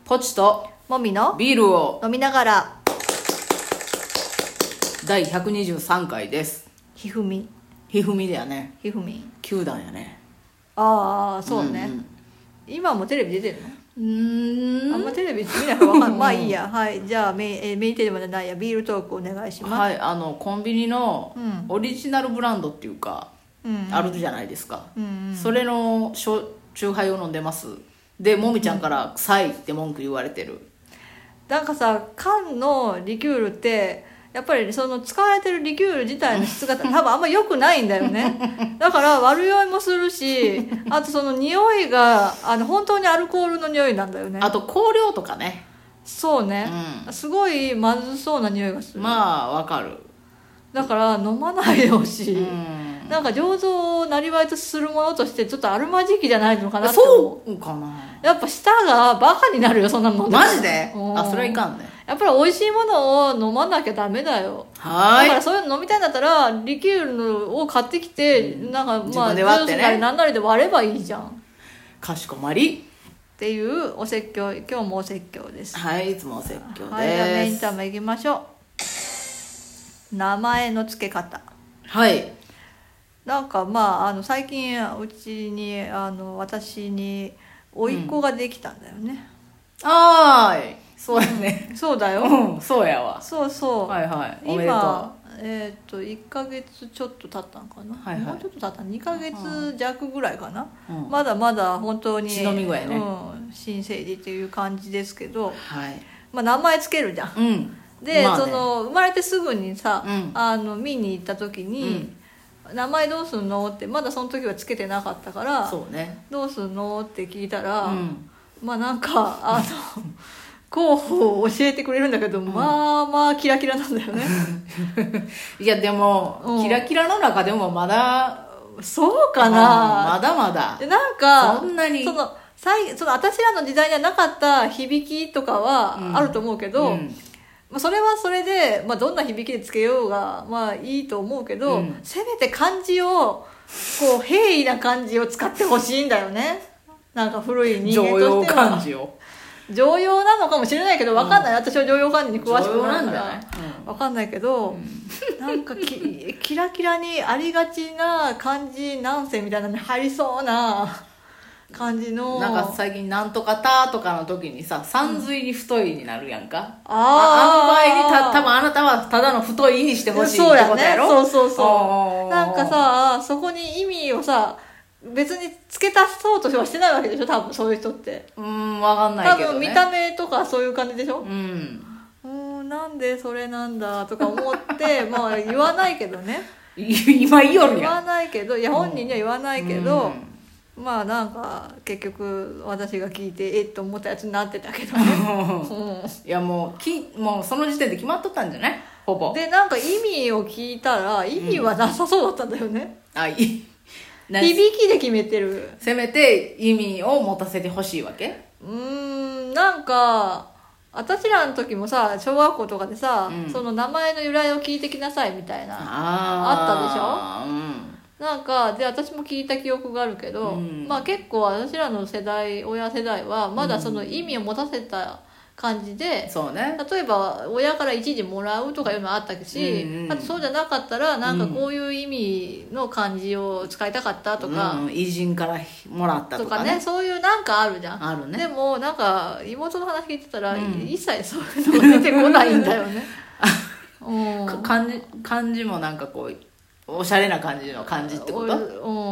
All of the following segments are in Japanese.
ポチともみのビールを飲みながら第123回です。 ひふみひふみだよね。 ひふみ 9段やね。 ああそうね、 うん今もテレビ出てるの？あんまんテレビ見ないから分かんないまあいいや。はい、じゃあメインテーマじゃないや、ビールトークお願いします。 はい、コンビニのうんオリジナルブランドっていうか、 うんあるじゃないですか、 うんうん、 それの焼酎ハイを飲んでます。でもみちゃんから臭いって文句言われてる。 なんかさ、缶のリキュールってやっぱりその使われてるリキュール自体の質が多分あんま良くないんだよね。だから悪酔いもするし、あとその匂いが本当にアルコールの匂いなんだよね。 あと香料とかね。 そうね、すごいまずそうな匂いがする。 まあわかる。 だから飲まないでほしい、 なんか醸造をなりわいとするものとしてちょっとあるまじきじゃないのかなって思う。 そうかな。 やっぱ舌がバカになるよ、そんなもん。 マジで？ うんあ、それはいかんね。 やっぱり美味しいものを飲まなきゃダメだよ。 はーい。 だからそういうの飲みたいんだったらリキュールを買ってきて、なんか自まあ分で割ってねジュースなり何なりで割ればいいじゃんっかしこまり。 ていうお説教。今日もお説教です。 はい、いつもお説教です。 はい、じゃあメインテーマいきましょう。名前の付け方。 はい。 なんかまあ最近うちに私に甥っ子ができたんだよね、 はーい。そうやね。 そうだよ、 うん、そうやわ。 そうそう、 はいはい。おめでとう。 今1ヶ月ちょっと経ったんかな、 はいはいもうちょっと経った2ヶ月弱ぐらいかな、 うんまだまだ本当に血飲み子やね新生児っていう感じですけど、 はい。 まあ、名前つけるじゃん。 うん。 で、 まあねその生まれてすぐにさ、 うん見に行った時に、名前どうすんのってまだその時はつけてなかったからそうね。 どうすんのって聞いたら、 うん。 まあなんか候補を教えてくれるんだけど、まあまあキラキラなんだよね。 いや、でも、キラキラの中でもまだ、 そうかな、 まだまだ。 でなんかそんなに。 その私らの時代にはなかった響きとかはあると思うけど、まあ、それはそれで、まあ、どんな響きでつけようがまあいいと思うけど、せめて漢字をこう平易な漢字を使ってほしいんだよね。なんか古い人間としては常用漢字を。 常用なのかもしれないけど分かんない、私は常用漢字に詳しくないからない、 分かんないけど、なんかキラキラにありがちな漢字なんせみたいなのに入りそうな感じの。 なんか最近なんとかたとかの時にさ、三髄に太いになるやんか。 あ塩梅に多分あなたはただの太いにしてほしいってことやろ。 そうそうなんかさ、そこに意味をさ別に付け足そうとはしてないわけでしょ、多分そういう人って。 分かんないけどね。 多分見た目とかそういう感じでしょ。なんでそれなんだとか思ってまあ言わないけどね。 今言いよるやん。 言わないけど、いや本人には言わないけど、まあなんか結局私が聞いてと思ったやつになってたけどね。 いやもうその時点で決まっとったんじゃない？ほぼ。 でなんか意味を聞いたら意味はなさそうだったんだよね。響きで決めてる。 せめて意味を持たせてほしいわけ？ なんか私らの時もさ、小学校とかでさ、その名前の由来を聞いてきなさいみたいなあったでしょ。なんかで私も聞いた記憶があるけど、まあ結構私らの世代、親世代はまだその意味を持たせた感じで、 そうね、 例えば親から一時もらうとかいうのあったし、あとそうじゃなかったらなんかこういう意味の漢字を使いたかったとか、 偉人からもらったとかね、 そういうなんかあるじゃん。 あるね。 でもなんか妹の話聞いてたら、一切そういうのが出てこないんだよね。 漢字もなんかこうおしゃれな感じの漢字ってこと？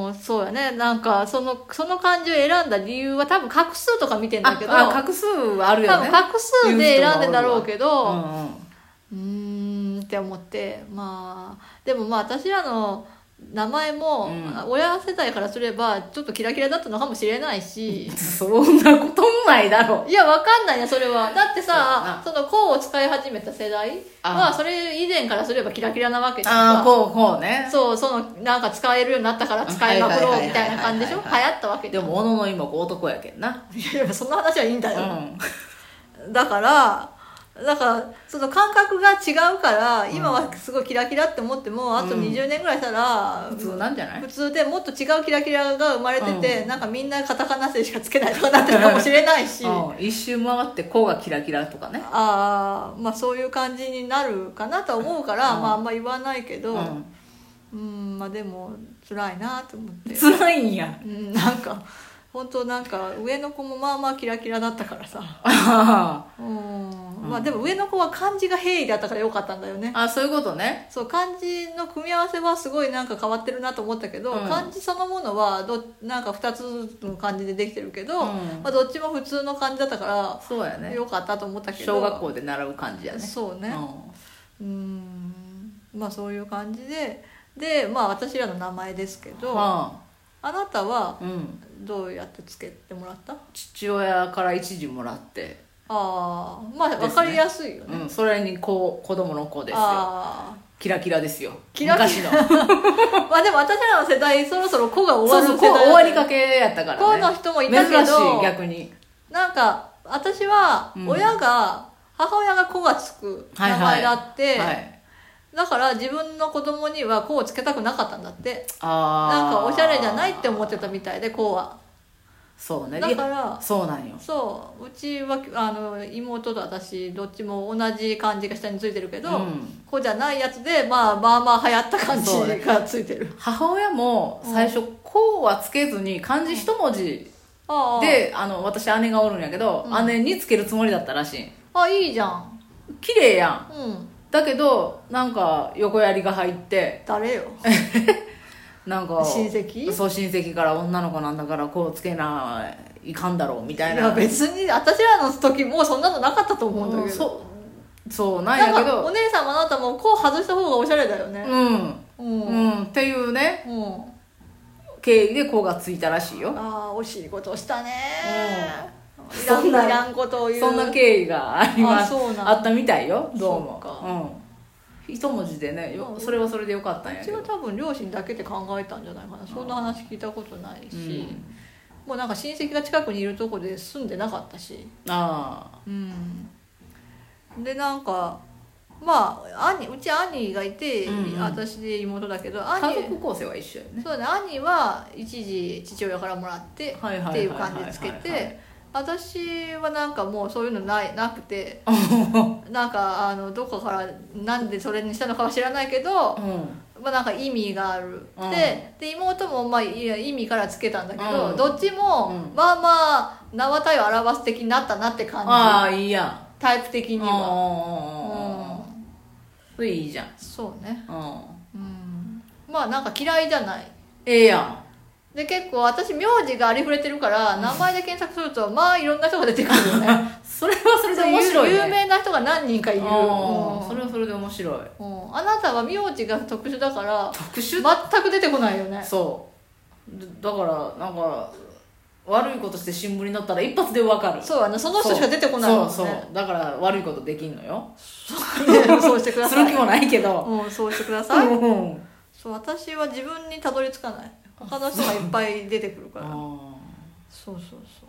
そうやね。なんかその漢字を選んだ理由は多分画数とか見てんだけど、 画数はあるよね。 多分画数で選んでんだろうけど、って思って、まあでもまあ私らの名前も、親世代からすればちょっとキラキラだったのかもしれないしそんなこともないだろう。 いやわかんないね、それは。だってさ、そのこうを使い始めた世代はそれ以前からすればキラキラなわけじゃんか。 こうね。 そうそのなんか使えるようになったから使いまくろうみたいな感じでしょ。流行ったわけでも小野の妹男やけんな。 いやそんな話はいいんだよ、だからだからその感覚が違うから今はすごいキラキラって思っても、あと20年ぐらいしたら普通なんじゃない？ 普通でもっと違うキラキラが生まれてて、なんかみんなカタカナ姓しかつけないとかなってるかもしれないし一周回ってこうがキラキラとかね。 まあそういう感じになるかなと思うから、まああんま言わないけど、まあでも辛いなと思って。 辛いんや。 なんか本当なんか上の子もまあまあキラキラだったからさまあでも上の子は漢字が平易だったからよかったんだよね。 そういうことね。 そう、漢字の組み合わせはすごいなんか変わってるなと思ったけど、漢字そのものはなんか2つの漢字でできてるけど、まあ、どっちも普通の漢字だったからそうやね、 よかったと思ったけど。 小学校で習う漢字やね。 そうね、まあそういう感じでまあ私らの名前ですけど、あなたはどうやってつけてもらった？ 父親から一時もらって。 まあ分かりやすいよね。 それに子供の子ですよ。キラキラですよ。 キラキラ昔のまあでも私らの世代そろそろ子が終わる世代終わりかけやったからね。 子の人もいたけど、 珍しい逆に。 なんか私は母親が子がつく名前だって、だから自分の子供には子をつけたくなかったんだって。なんかおしゃれじゃないって思ってたみたいで、子は。 そうね。 だからそうなんよ。 うちは妹と私どっちも同じ漢字が下についてるけど、子じゃないやつでまあまあ流行った漢字がついてる。 母親も最初子はつけずに漢字一文字で、私姉がおるんやけど、姉につけるつもりだったらしい。 いいじゃん。 綺麗やん。だけどなんか横やりが入って。 誰よなんか親戚？ そう、親戚から女の子なんだからこうつけないかんだろうみたいな。 いや別に私らの時もうそんなのなかったと思うんだけど。 そうなんやけど、 お姉さんもあなたもこう外した方がおしゃれだよね。 っていうね、経緯で子がついたらしいよ。 惜しいことをしたね。いらんことを言う。 そんな経緯があったみたいよ、どうも。一文字でね、それはそれでよかったんやけど。 うちは多分両親だけで考えたんじゃないかな。そんな話聞いたことないし、もうなんか親戚が近くにいるとこで住んでなかったし。でなんかまあうち兄がいて、私で妹だけど、 家族構成は一緒やね。 そうね、兄は一時父親からもらってっていう感じでつけて、私はなんかもうそういうのなくてなんかどこからなんでそれにしたのかは知らないけど、まあなんか意味がある、で妹もまあ意味からつけたんだけど、どっちもまあまあ名は体を表す的になったなって感じ。 いいやん、 タイプ的には。 それいいじゃん。 そうね。まあなんか嫌いじゃない。 やん。 で結構私名字がありふれてるから名前で検索するとまあいろんな人が出てくるよねそれはそれで面白いね。 有名な人が何人かいる。 それはそれで面白い。 あなたは名字が特殊だから特殊全く出てこないよね。 そうだからなんか悪いことして新聞に載ったら一発で分かる。 そうやね、その人しか出てこないもんね。 そうだから悪いことできんのよそうしてください。 する気もないけど、 そうしてください。そう、私は自分にたどり着かない。他の人がいっぱい出てくるから。そう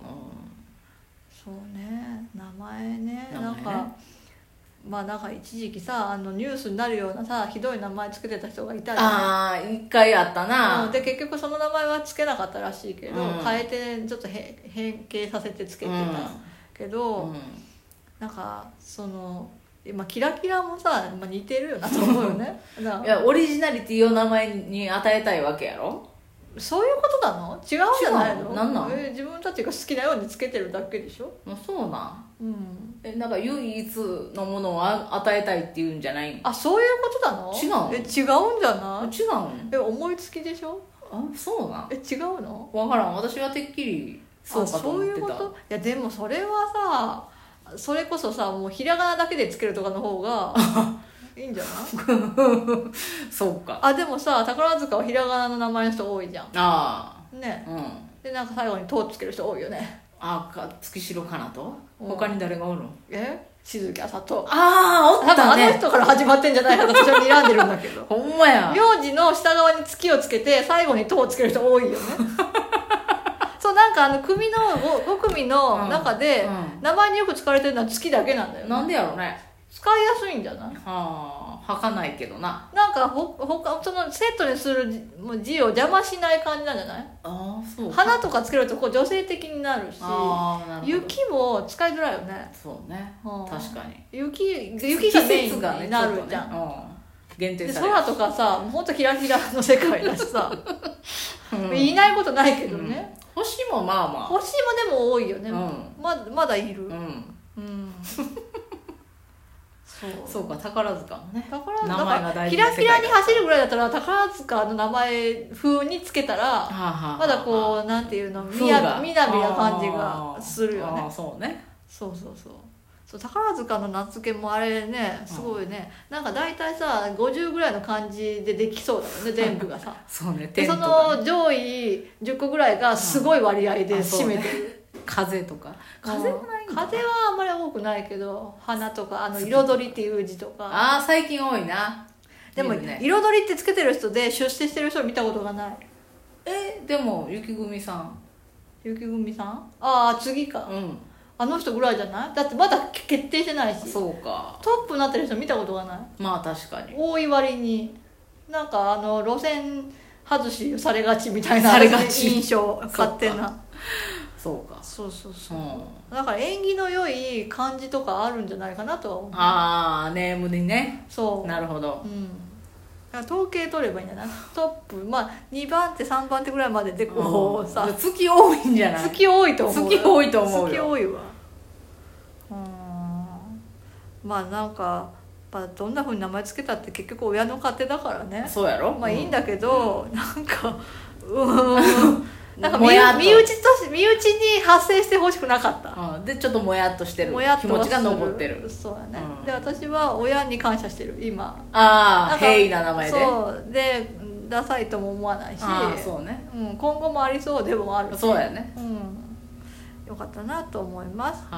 ね、名前ね、なんかまあなんか一時期さニュースになるようなさひどい名前つけてた人がいたり、 一回あったな。 で結局その名前はつけなかったらしいけど、変えてちょっと変形させてつけてたけど、なんかキラキラもさ、似てるよなと思うよねいやオリジナリティを名前に与えたいわけやろ。 そういうことなの？違うんじゃないの？ なんなん？ 自分たちが好きなようにつけてるだけでしょ。 そうなん。なんか唯一のものを与えたいっていうんじゃないの？ そういうことなの？ 違う。 違うんじゃない？ 違う。 思いつきでしょ？ そうなん。 違うの？ 分からん。私はてっきりそうかと思ってた。そういうこと？ いやでもそれはさ、それこそさもうひらがなだけでつけるとかの方がいいんじゃないそうか。 でもさ宝塚はひらがなの名前の人多いじゃん。ね、でなんか最後に「と」つける人多いよね。 月城かなと。他に誰がおるの？ 静木あさと。 おったね。 あの人から始まってんじゃないかと私は睨んでるんだけどほんまや。 名字の下側に月をつけて最後に「と」をつける人多いよねそうなんか組の 5組の中で名前によく使われてるのは月だけなんだよ、ね、 なんでやろうね。 使いやすいんじゃない？ はあ、はかないけどな。 なんかそのセットにする字を邪魔しない感じなんじゃない？ ああ、そう。 花とかつけるとこう女性的になるし、 ああ、なるほど。 雪も使いづらいよね。 そうね、確かに。 雪がメインになるじゃん、ね、 限定される。 空とかさ、ほんとキラキラの世界だしさ、いないことないけどね、 星もまあまあ、 星もでも多いよね、まだいる、 そうか、宝塚もね、 名前が大事キラキラに走るぐらいだったら宝塚の名前風につけたらまだこうなんていうの、みなびな感じがするよね。 そうね、 そう宝塚の名付けもあれね、すごいね、なんか大体さ50ぐらいの感じでできそうだよね、全部がさそうね、 でその上位10個ぐらいがすごい割合で占めてる、 風とか、風もないんだ。 風はあんまり多くないけど、花とか彩りっていう字とか、 ああ最近多いな。 でも、彩りってつけてる人で出世してる人見たことがない。 でも雪組さんああ次か、あの人ぐらいじゃない？だってまだ決定してないし。 そうか、 トップになってる人見たことがない。 まあ確かに多い割になんか路線外しされがちみたいな印象、勝手な。 そうか、 そう、だから縁起の良い漢字とかあるんじゃないかなとは思う。 ああネームにね。 そうなるほど、 だから統計取ればいいんじゃない？トップ2番手3番手ぐらいまででこうさ、 月多いんじゃない？ 月多いと思うよ。 月多いと思うよ。 月多いわ。なんかどんな風に名前つけたって結局親の勝手だからね。 そうやろ。 いいんだけど、なんかなんか身内に発生してほしくなかった、 でちょっともやっとしてる気持ちが残ってる。 そうだね、で私は親に感謝してる今。 平易な名前で。 そうでダサいとも思わないし、 そうね、 今後もありそうでもあるし、 そうやね、 よかったなと思います。